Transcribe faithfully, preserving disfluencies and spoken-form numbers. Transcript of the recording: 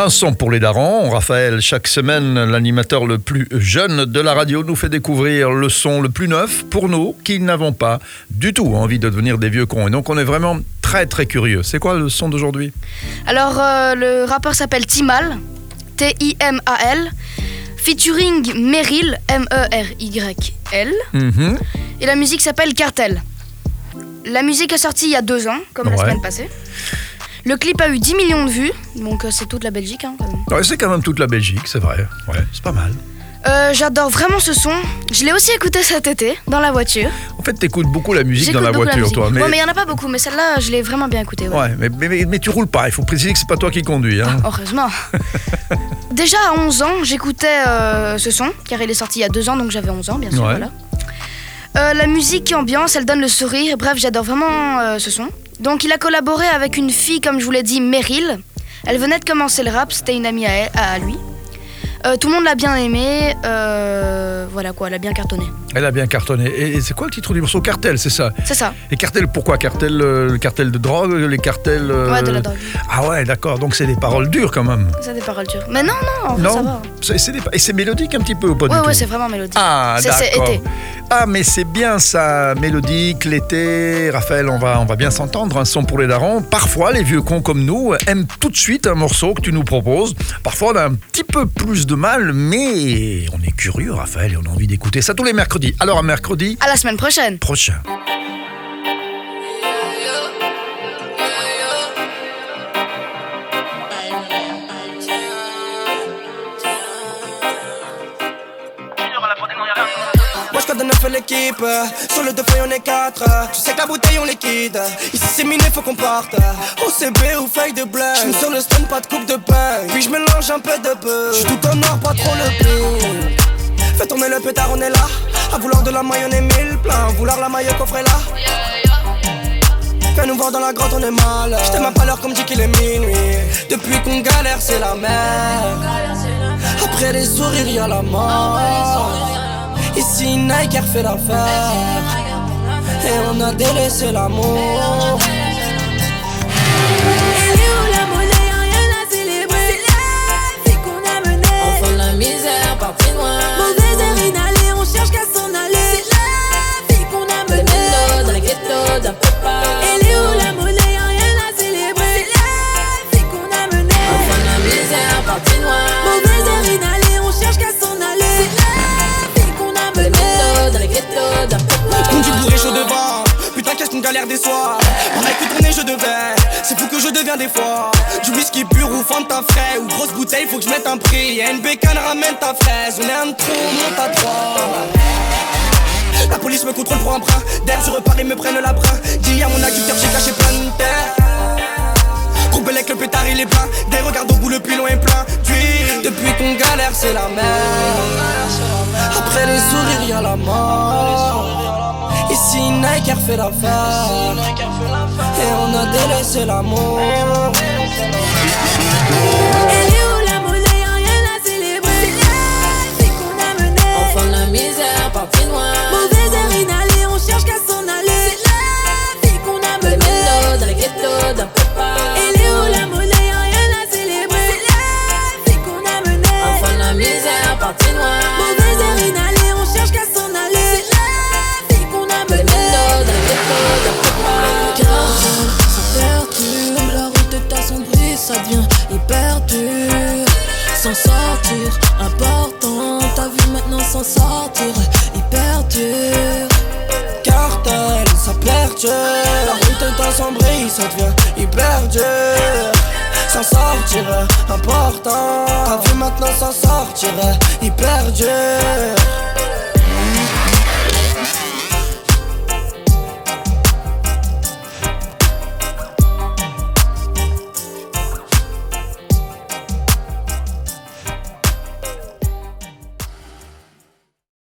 son pour les darons. Raphaël, chaque semaine, l'animateur le plus jeune de la radio nous fait découvrir le son le plus neuf pour nous qui n'avons pas du tout envie de devenir des vieux cons. Et donc on est vraiment très très curieux. C'est quoi le son d'aujourd'hui ? Alors euh, le rappeur s'appelle Timal, T I M A L, featuring Meryl, M E R Y L. Mm-hmm. Et la musique s'appelle Cartel. La musique est sortie il y a deux ans, comme ouais. la semaine passée. Le clip a eu dix millions de vues, donc euh, c'est toute la Belgique. Hein, quand même. Ouais, c'est quand même toute la Belgique, c'est vrai. Ouais, c'est pas mal. Euh, j'adore vraiment ce son. Je l'ai aussi écouté cet été, dans la voiture. En fait, t'écoutes beaucoup la musique J'écoute dans la voiture, la toi. Mais... Ouais, mais il n'y en a pas beaucoup, mais celle-là, je l'ai vraiment bien écoutée. Ouais, ouais mais, mais, mais, mais tu roules pas, il faut préciser que c'est pas toi qui conduis. Hein. Ah, heureusement. Déjà à onze ans, j'écoutais euh, ce son, car il est sorti il y a deux ans, donc j'avais onze ans, bien sûr. Ouais. Voilà. Euh, la musique ambiance, elle donne le sourire. Bref, j'adore vraiment euh, ce son. Donc il a collaboré avec une fille, comme je vous l'ai dit, Meryl. Elle venait de commencer le rap, c'était une amie à, elle, à lui. Euh, tout le monde l'a bien aimé, euh, voilà quoi, elle a bien cartonné. Elle a bien cartonné. Et, et c'est quoi le titre du morceau ? Cartel, c'est ça ? C'est ça. Et cartel, pourquoi ? Cartel, euh, le cartel de drogue, les cartels... Euh... Ouais, de la drogue. Ah ouais, d'accord, donc c'est des paroles dures quand même. C'est des paroles dures. Mais non, non, en fait, non, ça va. C'est, c'est des... Et c'est mélodique un petit peu ou pas ouais, du ouais, tout ? Ouais, c'est vraiment mélodique. Ah, c'est, d'accord. C'est été. Ah, mais c'est bien ça, mélodique, l'été. Raphaël, on va, on va bien s'entendre, un son pour les darons. Parfois, les vieux cons comme nous aiment tout de suite un morceau que tu nous proposes. Parfois, on a un petit peu plus de mal, mais on est curieux, Raphaël, et on a envie d'écouter ça tous les mercredis. Alors, à mercredi... À la semaine prochaine. Prochain. Moi je code de neuf l'équipe, sur le deux feuilles on est quatre. Tu sais que la bouteille on liquide, ici c'est miné faut qu'on parte. O C B ou feuille de blé, j'suis sur le stand pas de coupe de pain. Puis je mélange un peu de peu, j'suis tout en or pas trop le blé. Fais tourner le pétard on est là, à vouloir de la maille on est mille plein, vouloir la maille coffret là. Fais nous voir dans la grotte on est mal, j't'aime à pas l'heure comme dit qu'il est minuit. Depuis qu'on galère c'est la merde, après les sourires y'a la mort. Ici Nike a refait l'affaire et on a délaissé l'amour. Elle est où la monnaie, y'a rien à célébrer. C'est la vie qu'on a menée, enfant de la misère, parti loin. Mauvaise heure inhalée, on cherche qu'à s'en aller. C'est la vie qu'on a menée, de dans le ghetto, d'un papa. Elle est où la monnaie, y'a rien à célébrer. C'est la vie qu'on a menée, enfant de la misère, parti loin. Mauvaise heure inhalée, on cherche qu'à s'en aller. Conduit bourré chaud devant, putain qu'est-ce qu'on galère des soirs. On a écouté tourner je devais, c'est fou que je deviens des fois. Du whisky pur ou Fanta frais, ou grosse bouteille faut que je mette un prix. Y'a une bécane ramène ta fraise, on est un trou, monte à trois. La police me contrôle pour un brin, d'air je repars ils me prennent la brin. Dis à mon adducteur j'ai caché plein de terre. Courbelec le pétard il est plein, des regards au bout le pilon est plein d'huile. Depuis qu'on galère c'est la merde, après les sourires y'a la mort. Ici Nike a refait l'affaire et on a délaissé l'amour. Elle est où la monnaie, y'a rien à célébrer. C'est la vie qu'on a menée, enfant de la misère, parti loin. Mauvaise heure inhalée, on cherche qu'à s'en aller. C'est la vie qu'on a menée, dans le ghetto, d'un papa. Elle est où la monnaie, y'a rien à célébrer. C'est la vie qu'on a menée, enfant de la misère, parti loin. Mauvaise heure inhalée, on cherche qu'à s'en aller. C'est la vie qu'on a menée, dans le ghetto, d'un papa. Car ça perturbe, la route est assombrie, ça devient hyper dur. S'en sortir, important, ta vie maintenant s'en sortir, hyper dur. Cartel, ça perdure, la route est assombrie, ça devient hyper dur. S'en sortir, important, ta vie maintenant s'en sortir, hyper dur.